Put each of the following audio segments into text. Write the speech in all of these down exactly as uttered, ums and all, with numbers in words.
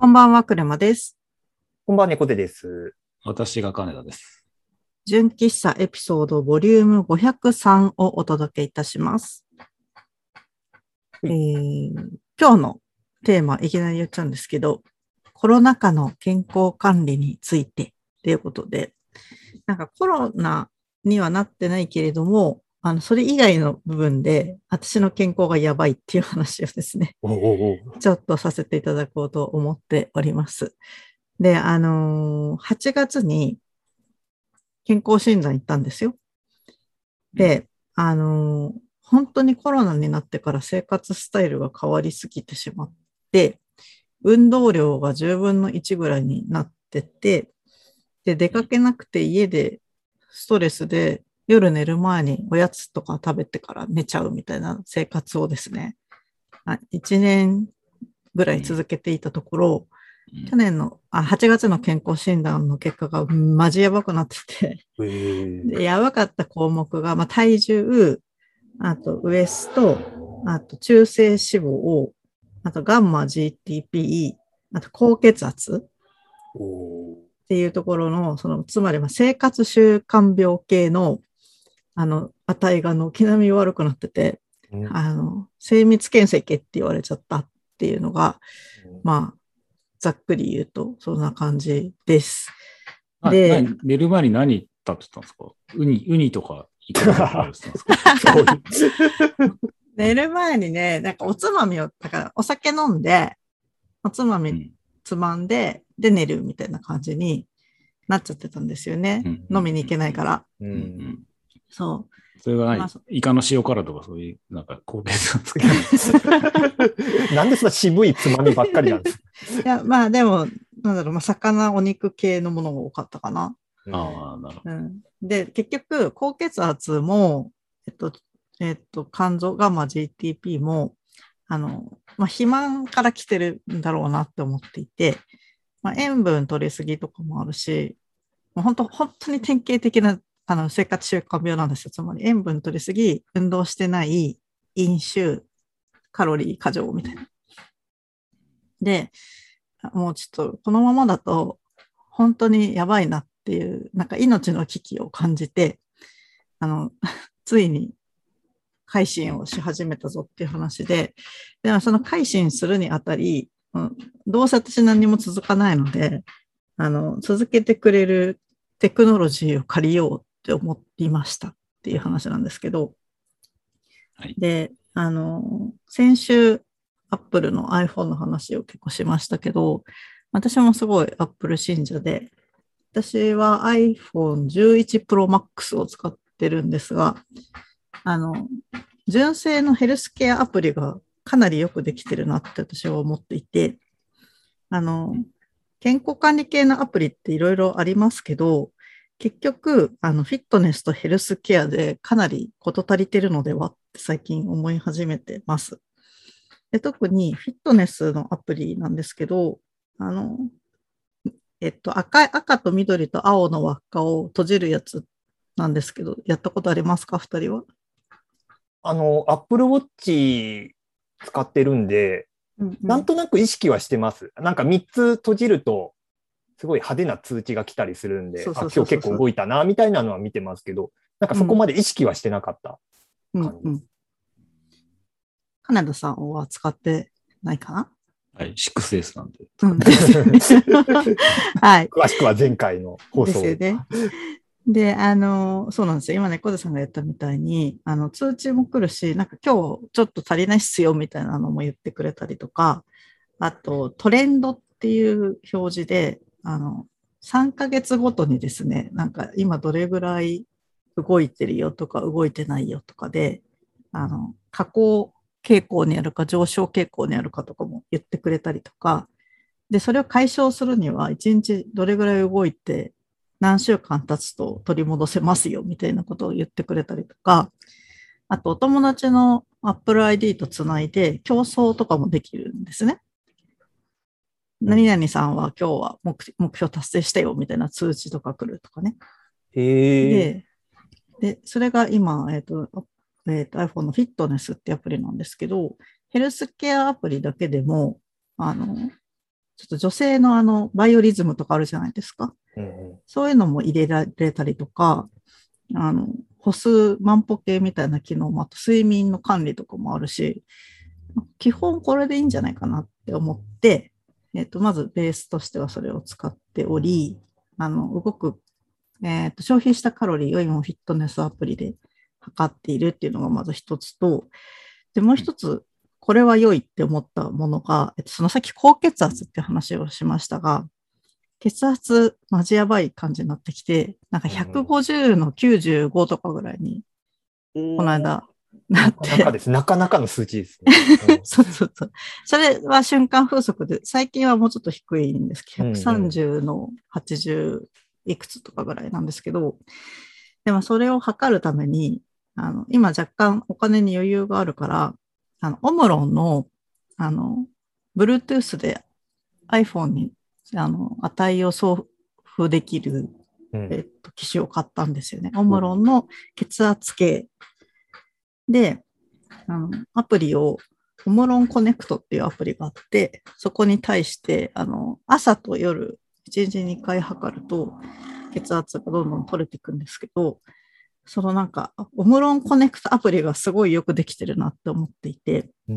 こんばんは、クレマです。 こんばんは、猫背です。 私が金田です。 純喫茶エピソードボリュームごひゃくさんをお届けいたします。えー、今日のテーマ、いきなり言っちゃうんですけど、コロナ禍の健康管理についてということで、なんかコロナにはなってないけれども、あのそれ以外の部分で私の健康がやばいっていう話をですね、 おおおちょっとさせていただこうと思っております。で、あのー、はちがつに健康診断行ったんですよ。で、あのー、本当にコロナになってから生活スタイルが変わりすぎてしまって、運動量がじゅうぶんのいちぐらいになってて、で、出かけなくて家でストレスで夜寝る前におやつとか食べてから寝ちゃうみたいな生活をですね、いちねんぐらい続けていたところ、去年のあはちがつの健康診断の結果がマジやばくなってて、 えー、 でやばかった項目が、まあ、体重、あとウエスト、あと中性脂肪、あとガンマ ジーティーピー、あと高血圧っていうところの、そのつまり生活習慣病系のあの値が軒並み悪くなってて、うん、あの精密検査系って言われちゃったっていうのが、うん、まあざっくり言うとそんな感じです。 で、寝る前に何食べてたんですか？ウニ、ウニとかイカとか食べてたんですか？ 寝る前にね、なんかおつまみを、だからお酒飲んで、おつまみつまんで、うん、で寝るみたいな感じになっちゃってたんですよね。うん、飲みに行けないから。うんうん、そう。 それが何、まあ、イカの塩辛とかそういう、なんか高血圧なんでそんな渋いつまみばっかりなんですか？ いや、まあでも、なんだろう、まあ、魚、お肉系のものが多かったかな。 ああ、なるほど。 うん、で、結局、高血圧も、えっと、えっと、肝臓、ガンマ ジーティーピー も、あの、まあ、肥満から来てるんだろうなって思っていて、まあ、塩分取りすぎとかもあるし、もう本当、本当に典型的なあの生活習慣病なんですよ。つまり塩分取りすぎ、運動してない、飲酒、カロリー過剰みたいな。で、もうちょっとこのままだと本当にやばいなっていう、なんか命の危機を感じて、あの、ついに改心をし始めたぞっていう話で、でもその改心するにあたり、どうせ私何にも続かないので、あの、続けてくれるテクノロジーを借りようって思いましたっていう話なんですけど、はい、で、あの、先週、アップルの iPhone の話を結構しましたけど、私もすごい Apple 信者で、私は アイフォンじゅういち Pro Max を使ってるんですが、あの、純正のヘルスケアアプリがかなりよくできてるなって私は思っていて、あの、健康管理系のアプリっていろいろありますけど、結局、あの、フィットネスとヘルスケアでかなり事足りてるのではって最近思い始めてます。で、特にフィットネスのアプリなんですけど、あの、えっと、赤い、赤と緑と青の輪っかを閉じるやつなんですけど、やったことありますか、二人は？ あの、Apple Watch 使ってるんで、うんうん、なんとなく意識はしてます。なんかみっつ閉じると、すごい派手な通知が来たりするんで、あ、今日結構動いたな、みたいなのは見てますけど、なんかそこまで意識はしてなかった感じです。うんうんうん、 金田さんは使ってないかな？ はい、シックスエス なんで。 うん、 はい。詳しくは前回の放送。 ですよね。で、あの、そうなんですよ。今ね、小田さんが言ったみたいに、あの、通知も来るし、なんか今日ちょっと足りないっすよみたいなのも言ってくれたりとか、あと、トレンドっていう表示で、あの、さんかげつごとにですね、なんか今どれぐらい動いてるよとか動いてないよとかで、あの、下降傾向にあるか上昇傾向にあるかとかも言ってくれたりとか、で、それを解消するには、いちにちどれぐらい動いて、何週間経つと取り戻せますよ、みたいなことを言ってくれたりとか、あと、お友達の Apple アイディー とつないで、競争とかもできるんですね。何々さんは今日は 目, 目標達成したよ、みたいな通知とか来るとかね。 へで、でそれが今、えっと、えっと、iPhone のフィットネスってアプリなんですけど、ヘルスケアアプリだけでも、あの、 ちょっと女性のあの、バイオリズムとかあるじゃないですか。 うんうん、 そういうのも入れられたりとか、あの、歩数、万歩計みたいな機能もあと、睡眠の管理とかもあるし、基本これでいいんじゃないかなって思って、えっと、まずベースとしてはそれを使っており、あの、動く、えっと、消費したカロリーを今フィットネスアプリで測っているっていうのがまず一つと、で、もう一つ、これは良いって思ったものが、えっと、そのさっき高血圧って話をしましたが、血圧マジやばい感じになってきて、なんかひゃくごじゅうのきゅうじゅうごとかぐらいに、この間、なって。 なかなかです。なかなかの数値ですね。 そうそうそう。それは瞬間風速で、最近はもうちょっと低いんですけど、ひゃくさんじゅうのはちじゅういくつとかぐらいなんですけど、でもそれを測るために、あの、今若干お金に余裕があるから、あの、オムロンの、あの、Bluetooth で iPhone に、あの、値を送付できる、うん、えっと、機種を買ったんですよね。オムロンの血圧計で、あの、アプリを、オムロンコネクトっていうアプリがあって、そこに対して、あの、朝と夜、いちにちにかい測ると、血圧がどんどん取れていくんですけど、そのなんか、オムロンコネクトアプリがすごいよくできてるなって思っていて、 うん、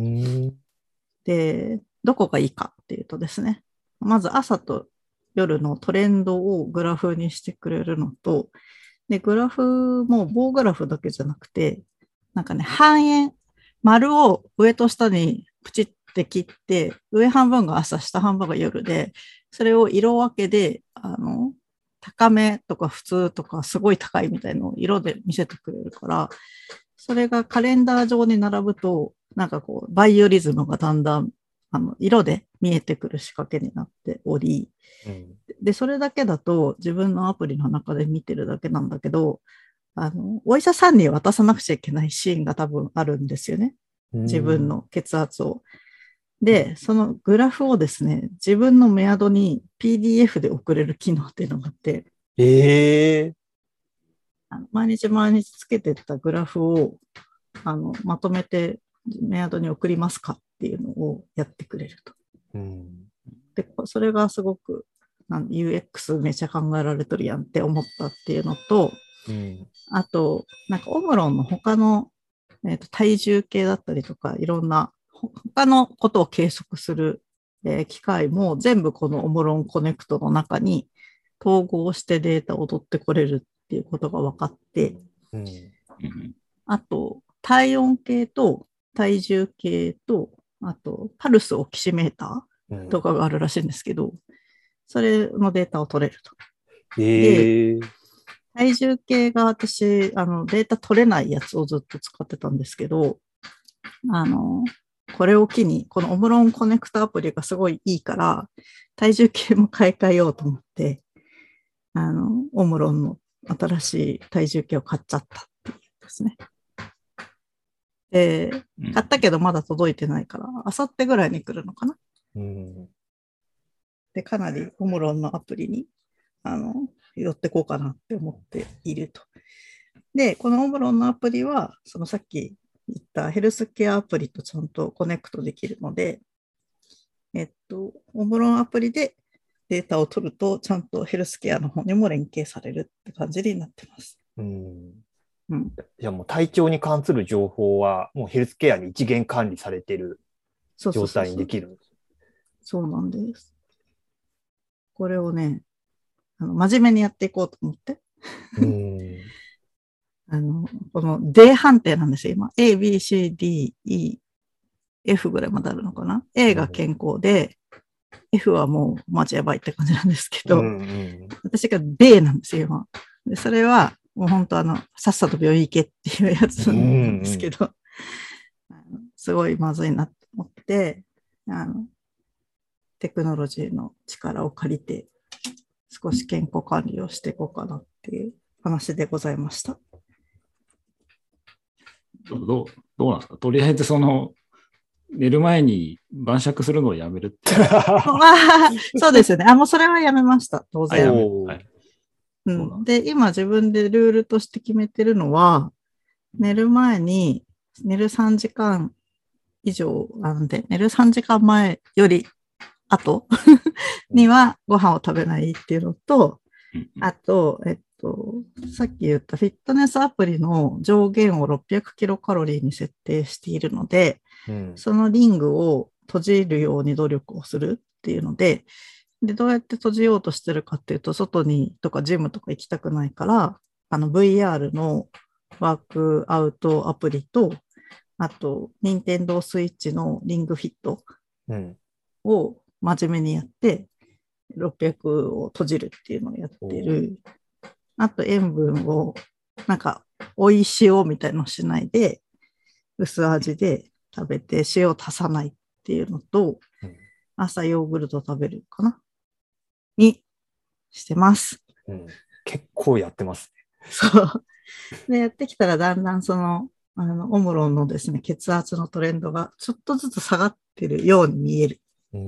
で、どこがいいかっていうとですね、まず朝と夜のトレンドをグラフにしてくれるのと、で、グラフも棒グラフだけじゃなくて、なんかね、半円、丸を上と下にプチって切って、上半分が朝、下半分が夜で、それを色分けで、あの、高めとか普通とかすごい高いみたいのを色で見せてくれるから、それがカレンダー上に並ぶと、なんかこう、バイオリズムがだんだん、あの、色で見えてくる仕掛けになっており、うん、で、それだけだと自分のアプリの中で見てるだけなんだけど、あの、お医者さんに渡さなくちゃいけないシーンが多分あるんですよね。自分の血圧を。で、そのグラフをですね、自分のメアドに ピーディーエフ で送れる機能っていうのがあって、 えー、 あの毎日毎日つけてったグラフをあのまとめてメアドに送りますかっていうのをやってくれると。うん、で、それがすごくユーエックス めちゃ考えられとるやんって思ったっていうのと、うん、あと、なんかオムロンの他の、えーと、体重計だったりとか、いろんな他のことを計測する、えー、機械も全部このオムロンコネクトの中に統合してデータを取ってこれるっていうことが分かって、うん、あと、体温計と体重計と、あと、パルスオキシメーターとかがあるらしいんですけど、うん、それのデータを取れると。 えー、 で、体重計が私、あの、データ取れないやつをずっと使ってたんですけど、あの、これを機に、このオムロンコネクトアプリがすごいいいから、体重計も買い替えようと思って、あの、オムロンの新しい体重計を買っちゃったっていうですね。で、買ったけどまだ届いてないから、あさってぐらいに来るのかな。うん、で、かなりオムロンのアプリに、あの、寄ってこうかなって思っていると。で、このオムロンのアプリは、そのさっき言ったヘルスケアアプリとちゃんとコネクトできるので、えっと、オムロンアプリでデータを取ると、ちゃんとヘルスケアの方にも連携されるって感じになってます。 うんうん、じゃあもう体調に関する情報は、もうヘルスケアに一元管理されている状態にできるんです。 そうなんです。これをね、あの真面目にやっていこうと思って。うんあのこの デー 判定なんですよ、今。A、B、C、D、E、F ぐらいまであるのかな。A が健康で、うん、F はもうマジやばいって感じなんですけど、うんうん、私が D なんですよ、今。でそれは、もう本当あの、さっさと病院行けっていうやつなんですけど、うんうん、すごいまずいなと思って、あの、テクノロジーの力を借りて、少し健康管理をしていこうかなっていう話でございました。 どう、どうなんですか？とりあえずその、寝る前に晩酌するのをやめるって。 そうですよね。あ、もうそれはやめました。当然。 はいうん、で、今自分でルールとして決めてるのは、寝る前に、寝るさんじかん以上なんで、寝るさんじかんまえより後にはご飯を食べないっていうのと、あと、えっと、さっき言ったフィットネスアプリの上限をろっぴゃくキロカロリーに設定しているので、うん、そのリングを閉じるように努力をするっていうので、で、どうやって閉じようとしてるかっていうと、外にとかジムとか行きたくないから、あの ブイアール のワークアウトアプリと、あと、任天堂スイッチのリングフィットを真面目にやって、ろっぴゃくを閉じるっていうのをやってる。あと、塩分を、なんか、おい塩みたいのしないで、薄味で食べて、塩を足さないっていうのと、朝ヨーグルト食べるかなにしてます、 うん。結構やってますね。そう。で、やってきたらだんだんその、あの、オムロンのですね、血圧のトレンドがちょっとずつ下がってるように見える。うん。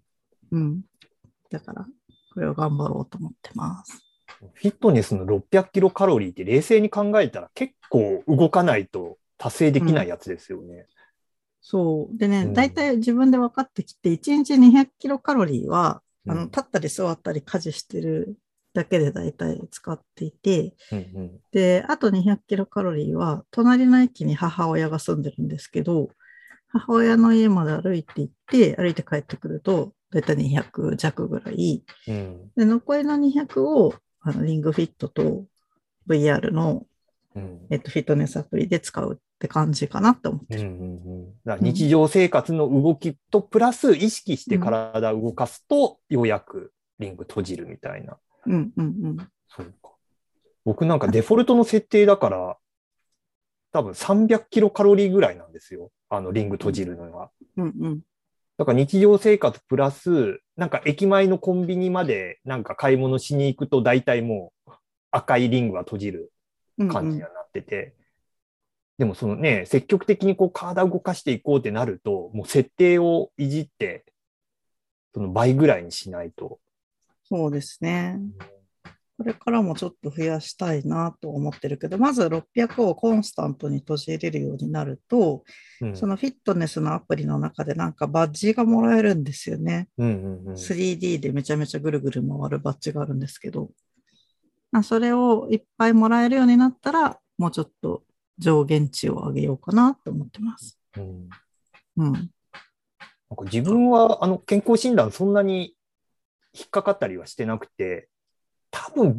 うん。だから、これを頑張ろうと思ってます。 フィットネスのろっぴゃくキロカロリーって冷静に考えたら結構動かないと達成できないやつですよね。うん、 そう。でね、だいたい自分で分かってきて、いちにちにひゃくキロカロリーは、あの、立ったり座ったり家事してるだけでだいたい使っていて、うんうん、で、あとにひゃくキロカロリーは、隣の駅に母親が住んでるんですけど、母親の家まで歩いて行って、歩いて帰ってくると、だいたいにひゃく弱ぐらい。うん、で、残りのにひゃくを、あのリングフィットと ブイアール の、うん、えっと、フィットネスアプリで使うって感じかなって思ってる。うんうんうん、だから日常生活の動きとプラス意識して体を動かすと、ようやくリング閉じるみたいな。 うんうんうん、 そうか。僕なんかデフォルトの設定だから、多分さんびゃくキロカロリーぐらいなんですよ。あのリング閉じるのは。うんうん、だから日常生活プラス、なんか駅前のコンビニまでなんか買い物しに行くと大体もう赤いリングが閉じる感じになってて。うんうん、でもそのね、積極的にこう体を動かしていこうってなると、もう設定をいじって、その倍ぐらいにしないと。 そうですね。これからもちょっと増やしたいなと思ってるけど、まずろっぴゃくをコンスタントに閉じれるようになると、うん、そのフィットネスのアプリの中でなんかバッジがもらえるんですよね。うんうんうん、スリーディー でめちゃめちゃぐるぐる回るバッジがあるんですけど、それをいっぱいもらえるようになったら、もうちょっと上限値を上げようかなと思ってます。うんうん、なんか自分はあの健康診断そんなに引っかかったりはしてなくて、多分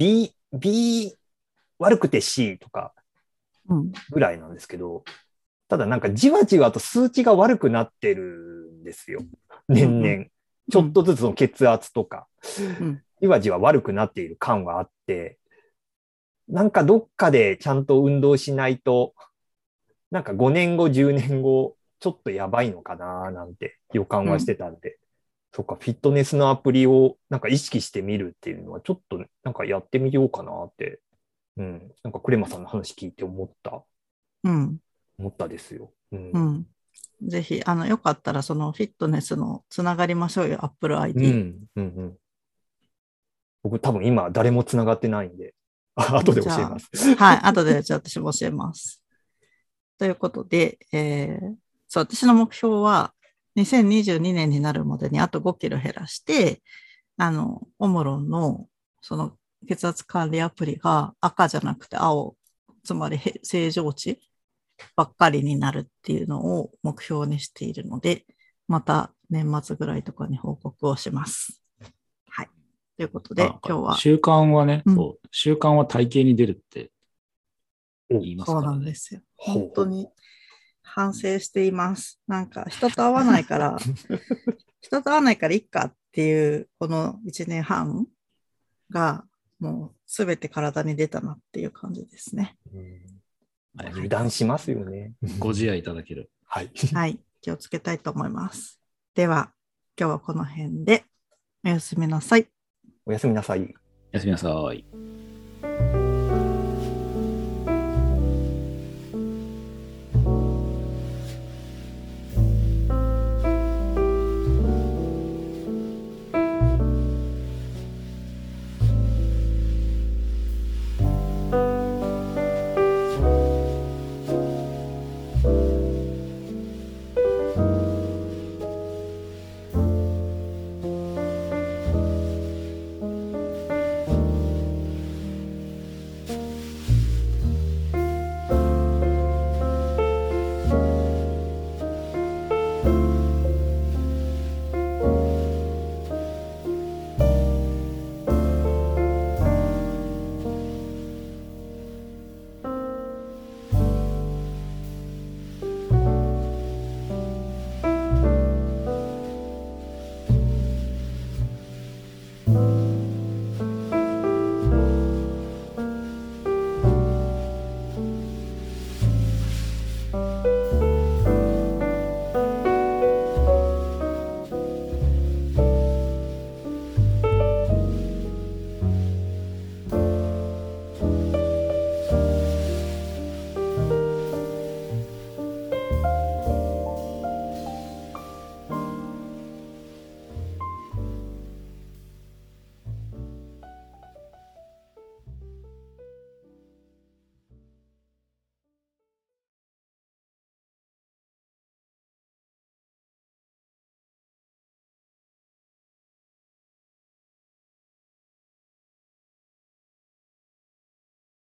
B、B 悪くて C とかぐらいなんですけど、うん、ただなんかじわじわと数値が悪くなってるんですよ。年々。うん、ちょっとずつの血圧とか、うん、じわじわ悪くなっている感はあって、なんかどっかでちゃんと運動しないと、なんかごねんご、じゅうねんご、ちょっとやばいのかななんて予感はしてたんで、うん、そっか、フィットネスのアプリをなんか意識してみるっていうのはちょっとなんかやってみようかなって、うん、なんかクレマさんの話聞いて思った、うん、思ったですよ。うん。 うん、ぜひ、あの、よかったらそのフィットネスのつながりましょうよ、Apple アイディー。うんうんうん、 僕多分今誰もつながってないんで、後で教えます。 はい、後でじゃあ私も教えます。ということで、えー、そう、私の目標は、にせんにじゅうにねんになるまでにあとごキロ減らして、あの、オムロンの、その血圧管理アプリが赤じゃなくて青、つまり正常値ばっかりになるっていうのを目標にしているので、また年末ぐらいとかに報告をします。はい。ということで、今日は。 習慣はね、うん、そう、習慣は体型に出るって言いますからね。 そうなんですよ。本当に反省しています。なんか人と会わないから、人と会わないからいっかっていう、このいちねんはんが、もうすべて体に出たなっていう感じですね。うん油断しますよね。 ご自愛いただける。 はい。 はい。気をつけたいと思います。では、今日はこの辺でおやすみなさい。 おやすみなさい。 おやすみなさい。